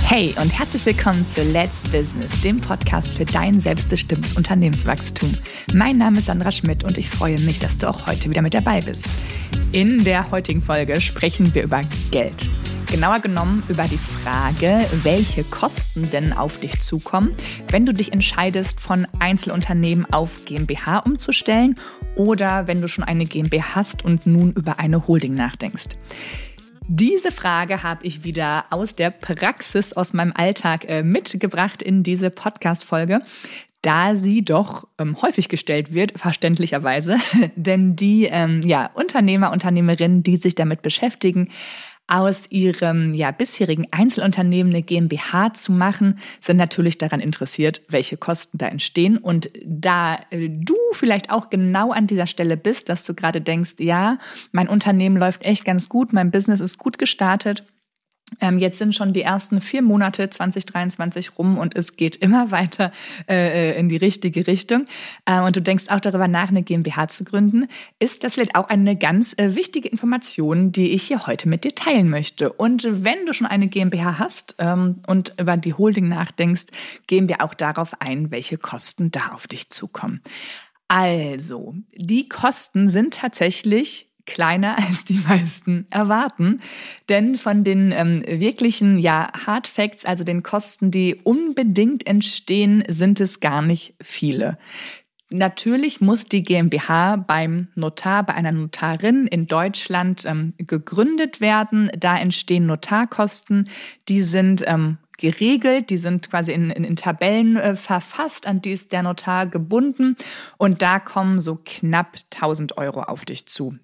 Hey und herzlich willkommen zu Let's Business, dem Podcast für dein selbstbestimmtes Unternehmenswachstum. Mein Name ist Sandra Schmidt und ich freue mich, dass du auch heute wieder mit dabei bist. In der heutigen Folge sprechen wir über Geld. Genauer genommen über die Frage, welche Kosten denn auf dich zukommen, wenn du dich entscheidest, von Einzelunternehmen auf GmbH umzustellen oder wenn du schon eine GmbH hast und nun über eine Holding nachdenkst. Diese Frage habe ich wieder aus der Praxis, aus meinem Alltag mitgebracht in diese Podcast-Folge, da sie doch häufig gestellt wird, verständlicherweise. Denn die Unternehmer, Unternehmerinnen, die sich damit beschäftigen, aus ihrem bisherigen Einzelunternehmen eine GmbH zu machen, sind natürlich daran interessiert, welche Kosten da entstehen. Und da du vielleicht auch genau an dieser Stelle bist, dass du gerade denkst, ja, mein Unternehmen läuft echt ganz gut, mein Business ist gut gestartet. Jetzt sind schon die ersten 4 Monate 2023 rum und es geht immer weiter in die richtige Richtung. Und du denkst auch darüber nach, eine GmbH zu gründen. Ist das vielleicht auch eine ganz wichtige Information, die ich hier heute mit dir teilen möchte. Und wenn du schon eine GmbH hast und über die Holding nachdenkst, gehen wir auch darauf ein, welche Kosten da auf dich zukommen. Also, die Kosten sind tatsächlich kleiner, als die meisten erwarten. Denn von den wirklichen Hard Facts, also den Kosten, die unbedingt entstehen, sind es gar nicht viele. Natürlich muss die GmbH beim Notar, bei einer Notarin in Deutschland gegründet werden. Da entstehen Notarkosten, die sind geregelt, die sind quasi in Tabellen verfasst, an die ist der Notar gebunden und da kommen so knapp 1.000 Euro auf dich zu.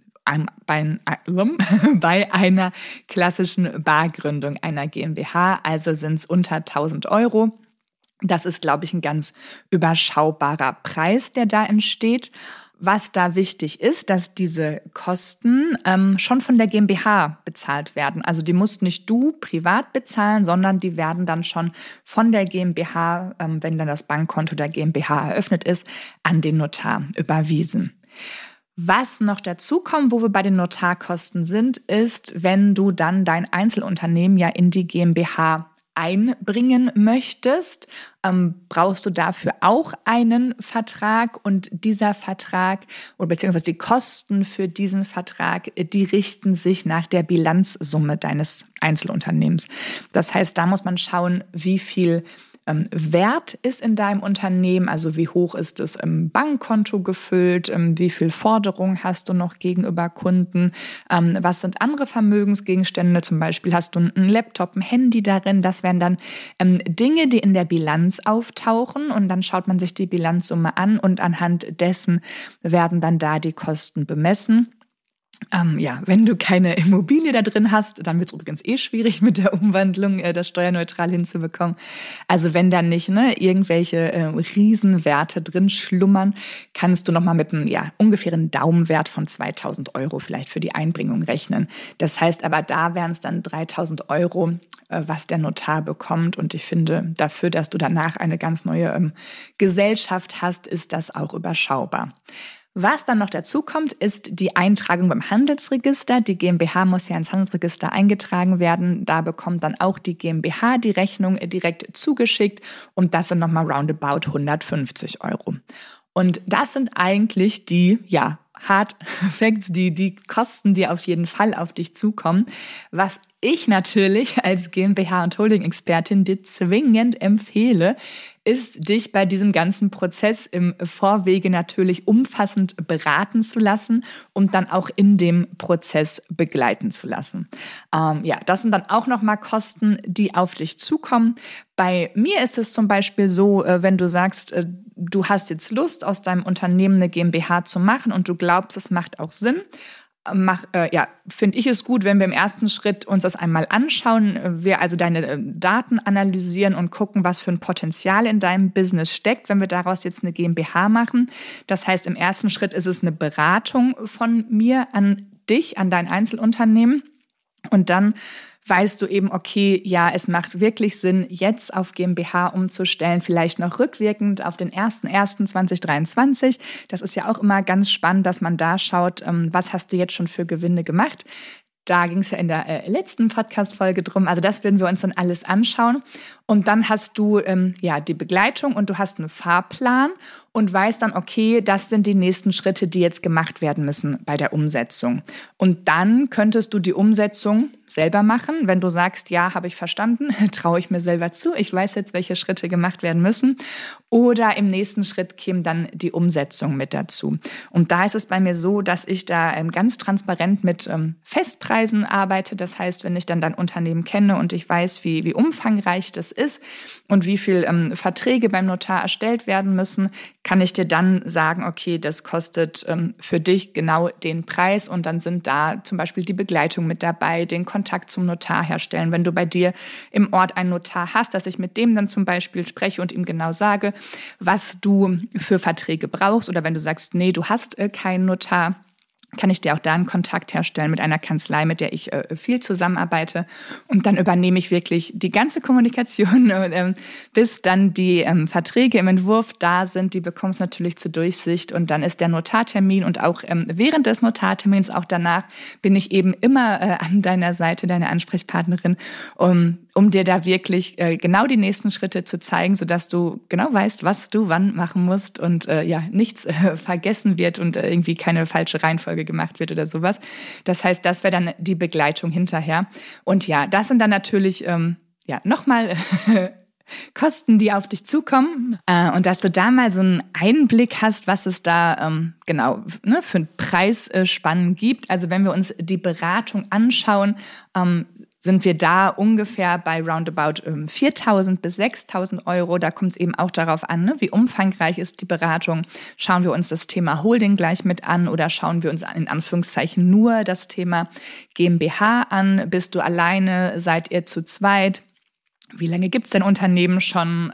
Bei einer klassischen Bargründung einer GmbH, also sind es unter 1.000 Euro. Das ist, glaube ich, ein ganz überschaubarer Preis, der da entsteht. Was da wichtig ist, dass diese Kosten schon von der GmbH bezahlt werden. Also die musst nicht du privat bezahlen, sondern die werden dann schon von der GmbH, wenn dann das Bankkonto der GmbH eröffnet ist, an den Notar überwiesen. Was noch dazu kommt, wo wir bei den Notarkosten sind, ist, wenn du dann dein Einzelunternehmen in die GmbH einbringen möchtest, brauchst du dafür auch einen Vertrag und dieser Vertrag oder beziehungsweise die Kosten für diesen Vertrag, die richten sich nach der Bilanzsumme deines Einzelunternehmens. Das heißt, da muss man schauen, wie viel Wert ist in deinem Unternehmen, also wie hoch ist es im Bankkonto gefüllt, wie viel Forderungen hast du noch gegenüber Kunden, was sind andere Vermögensgegenstände, zum Beispiel hast du einen Laptop, ein Handy darin, das wären dann Dinge, die in der Bilanz auftauchen und dann schaut man sich die Bilanzsumme an und anhand dessen werden dann da die Kosten bemessen. Wenn du keine Immobilie da drin hast, dann wird es übrigens schwierig mit der Umwandlung, das steuerneutral hinzubekommen. Also wenn da nicht irgendwelche Riesenwerte drin schlummern, kannst du nochmal mit einem ungefähren Daumenwert von 2.000 Euro vielleicht für die Einbringung rechnen. Das heißt aber, da wären es dann 3.000 Euro, was der Notar bekommt. Und ich finde, dafür, dass du danach eine ganz neue Gesellschaft hast, ist das auch überschaubar. Was dann noch dazu kommt, ist die Eintragung beim Handelsregister. Die GmbH muss ins Handelsregister eingetragen werden. Da bekommt dann auch die GmbH die Rechnung direkt zugeschickt und das sind nochmal roundabout 150 Euro. Und das sind eigentlich die, Hard Facts, die Kosten, die auf jeden Fall auf dich zukommen. Was ich natürlich als GmbH- und Holding-Expertin dir zwingend empfehle, ist, dich bei diesem ganzen Prozess im Vorwege natürlich umfassend beraten zu lassen und dann auch in dem Prozess begleiten zu lassen. Das sind dann auch nochmal Kosten, die auf dich zukommen. Bei mir ist es zum Beispiel so, wenn du sagst, du hast jetzt Lust, aus deinem Unternehmen eine GmbH zu machen und du glaubst, es macht auch Sinn, finde ich es gut, wenn wir im ersten Schritt uns das einmal anschauen, wir also deine Daten analysieren und gucken, was für ein Potenzial in deinem Business steckt, wenn wir daraus jetzt eine GmbH machen. Das heißt, im ersten Schritt ist es eine Beratung von mir an dich, an dein Einzelunternehmen und dann weißt du eben, okay, es macht wirklich Sinn, jetzt auf GmbH umzustellen, vielleicht noch rückwirkend auf den 01.01.2023. Das ist ja auch immer ganz spannend, dass man da schaut, was hast du jetzt schon für Gewinne gemacht. Da ging es ja in der letzten Podcast-Folge drum. Also das würden wir uns dann alles anschauen. Und dann hast du die Begleitung und du hast einen Fahrplan und weißt dann, okay, das sind die nächsten Schritte, die jetzt gemacht werden müssen bei der Umsetzung. Und dann könntest du die Umsetzung selber machen. Wenn du sagst, ja, habe ich verstanden, traue ich mir selber zu, ich weiß jetzt, welche Schritte gemacht werden müssen. Oder im nächsten Schritt käme dann die Umsetzung mit dazu. Und da ist es bei mir so, dass ich da ganz transparent mit Festpreisen arbeite. Das heißt, wenn ich dann dein Unternehmen kenne und ich weiß, wie umfangreich das ist und wie viel Verträge beim Notar erstellt werden müssen, kann ich dir dann sagen, okay, das kostet für dich genau den Preis und dann sind da zum Beispiel die Begleitung mit dabei, den Kontakt zum Notar herstellen. Wenn du bei dir im Ort einen Notar hast, dass ich mit dem dann zum Beispiel spreche und ihm genau sage, was du für Verträge brauchst oder wenn du sagst, nee, du hast keinen Notar, kann ich dir auch da einen Kontakt herstellen mit einer Kanzlei, mit der ich viel zusammenarbeite. Und dann übernehme ich wirklich die ganze Kommunikation, bis dann die Verträge im Entwurf da sind. Die bekommst du natürlich zur Durchsicht. Und dann ist der Notartermin. Und auch während des Notartermins, auch danach, bin ich eben immer an deiner Seite, deine Ansprechpartnerin, um dir da wirklich genau die nächsten Schritte zu zeigen, sodass du genau weißt, was du wann machen musst und nichts vergessen wird und irgendwie keine falsche Reihenfolge gemacht wird oder sowas. Das heißt, das wäre dann die Begleitung hinterher. Und ja, das sind dann natürlich nochmal Kosten, die auf dich zukommen. Und dass du da mal so einen Einblick hast, was es da für einen Preisspannen gibt. Also wenn wir uns die Beratung anschauen, sind wir da ungefähr bei roundabout 4.000 bis 6.000 Euro. Da kommt es eben auch darauf an, wie umfangreich ist die Beratung. Schauen wir uns das Thema Holding gleich mit an oder schauen wir uns in Anführungszeichen nur das Thema GmbH an? Bist du alleine? Seid ihr zu zweit? Wie lange gibt es dein Unternehmen schon?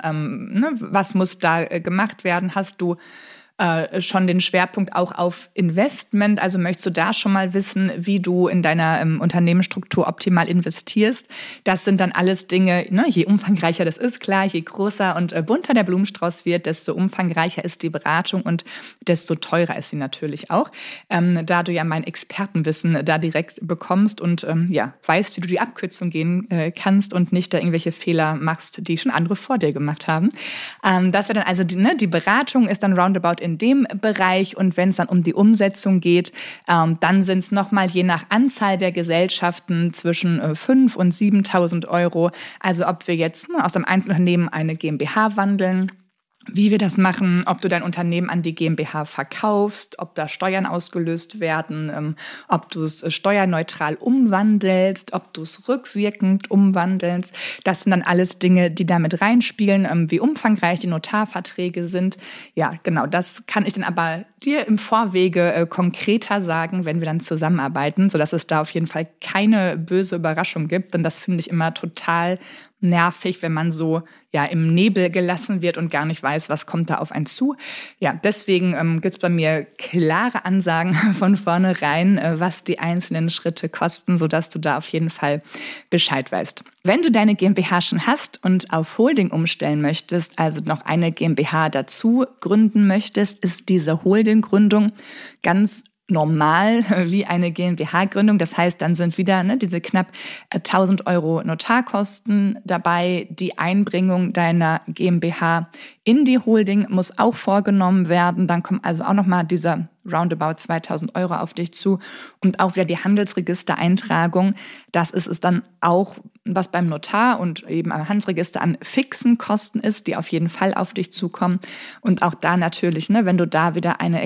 Was muss da gemacht werden? Hast du schon den Schwerpunkt auch auf Investment? Also möchtest du da schon mal wissen, wie du in deiner Unternehmensstruktur optimal investierst? Das sind dann alles Dinge, je umfangreicher das ist, klar, je größer und bunter der Blumenstrauß wird, desto umfangreicher ist die Beratung und desto teurer ist sie natürlich auch. Da du ja mein Expertenwissen da direkt bekommst und weißt, wie du die Abkürzung gehen kannst und nicht da irgendwelche Fehler machst, die schon andere vor dir gemacht haben. Das wäre dann also die Beratung ist dann roundabout in dem Bereich und wenn es dann um die Umsetzung geht, dann sind es nochmal je nach Anzahl der Gesellschaften zwischen 5.000 und 7.000 Euro. Also ob wir jetzt aus einem Einzelunternehmen eine GmbH wandeln, wie wir das machen, ob du dein Unternehmen an die GmbH verkaufst, ob da Steuern ausgelöst werden, ob du es steuerneutral umwandelst, ob du es rückwirkend umwandelst. Das sind dann alles Dinge, die damit reinspielen, wie umfangreich die Notarverträge sind. Ja, genau, das kann ich dann aber dir im Vorwege konkreter sagen, wenn wir dann zusammenarbeiten, sodass es da auf jeden Fall keine böse Überraschung gibt. Denn das finde ich immer total nervig, wenn man so im Nebel gelassen wird und gar nicht weiß, was kommt da auf einen zu. Ja, deswegen gibt es bei mir klare Ansagen von vornherein, was die einzelnen Schritte kosten, sodass du da auf jeden Fall Bescheid weißt. Wenn du deine GmbH schon hast und auf Holding umstellen möchtest, also noch eine GmbH dazu gründen möchtest, ist diese Holdinggründung ganz normal wie eine GmbH-Gründung. Das heißt, dann sind wieder diese knapp 1.000 Euro Notarkosten dabei. Die Einbringung deiner GmbH in die Holding muss auch vorgenommen werden. Dann kommt also auch nochmal dieser roundabout 2.000 Euro auf dich zu und auch wieder die Handelsregistereintragung. Das ist es dann auch, was beim Notar und eben am Handelsregister an fixen Kosten ist, die auf jeden Fall auf dich zukommen. Und auch da natürlich, wenn du da wieder eine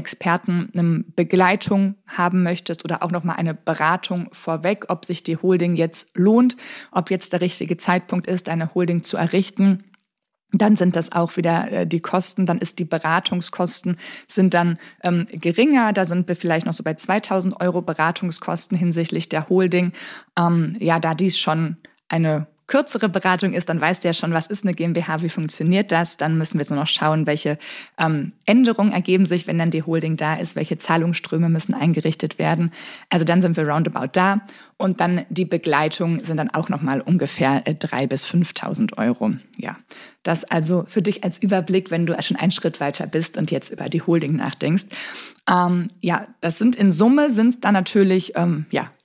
Expertenbegleitung haben möchtest oder auch nochmal eine Beratung vorweg, ob sich die Holding jetzt lohnt, ob jetzt der richtige Zeitpunkt ist, eine Holding zu errichten. Dann sind das auch wieder die Kosten, dann ist die Beratungskosten sind dann geringer. Da sind wir vielleicht noch so bei 2.000 Euro Beratungskosten hinsichtlich der Holding. Da dies schon eine kürzere Beratung ist, dann weißt du ja schon, was ist eine GmbH, wie funktioniert das. Dann müssen wir jetzt nur noch schauen, welche Änderungen ergeben sich, wenn dann die Holding da ist, welche Zahlungsströme müssen eingerichtet werden. Also dann sind wir roundabout da. Und dann die Begleitung sind dann auch nochmal ungefähr 3.000 bis 5.000 Euro. Ja, das also für dich als Überblick, wenn du schon einen Schritt weiter bist und jetzt über die Holding nachdenkst. Das sind in Summe dann natürlich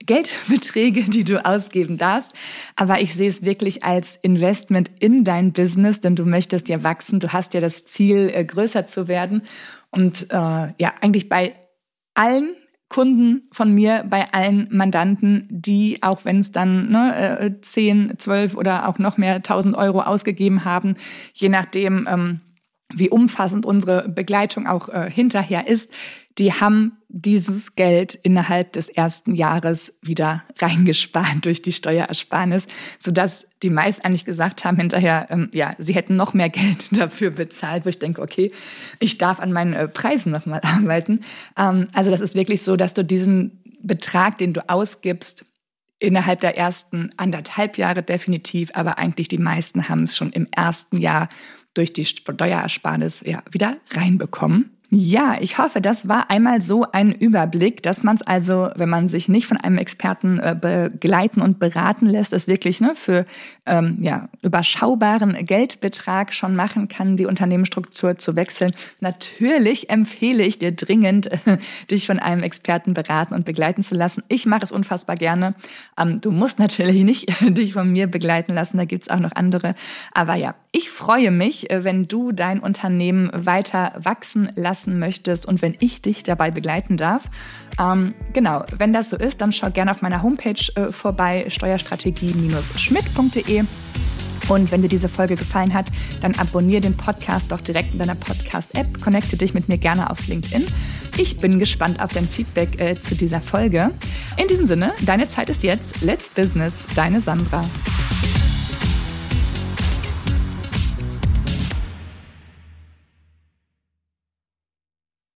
Geldbeträge, die du ausgeben darfst. Aber ich sehe es wirklich als Investment in dein Business, denn du möchtest ja wachsen. Du hast ja das Ziel, größer zu werden. Und eigentlich bei allen Kunden von mir, bei allen Mandanten, die, auch wenn es dann 10, 12 oder auch noch mehr 1.000 Euro ausgegeben haben, je nachdem, wie umfassend unsere Begleitung auch hinterher ist, die haben dieses Geld innerhalb des ersten Jahres wieder reingespart durch die Steuerersparnis, sodass die meisten eigentlich gesagt haben hinterher, sie hätten noch mehr Geld dafür bezahlt, wo ich denke, okay, ich darf an meinen Preisen nochmal arbeiten. Also das ist wirklich so, dass du diesen Betrag, den du ausgibst, innerhalb der ersten 1,5 Jahre definitiv, aber eigentlich die meisten haben es schon im ersten Jahr durch die Steuerersparnis wieder reinbekommen. Ja, ich hoffe, das war einmal so ein Überblick, dass man es also, wenn man sich nicht von einem Experten begleiten und beraten lässt, es wirklich für überschaubaren Geldbetrag schon machen kann, die Unternehmensstruktur zu wechseln. Natürlich empfehle ich dir dringend, dich von einem Experten beraten und begleiten zu lassen. Ich mache es unfassbar gerne. Du musst natürlich nicht dich von mir begleiten lassen, da gibt es auch noch andere. Aber ja, ich freue mich, wenn du dein Unternehmen weiter wachsen lassen möchtest und wenn ich dich dabei begleiten darf. Wenn das so ist, dann schau gerne auf meiner Homepage vorbei, steuerstrategie-schmidt.de. Und wenn dir diese Folge gefallen hat, dann abonniere den Podcast doch direkt in deiner Podcast-App. Connecte dich mit mir gerne auf LinkedIn. Ich bin gespannt auf dein Feedback zu dieser Folge. In diesem Sinne, deine Zeit ist jetzt. Let's Business, deine Sandra.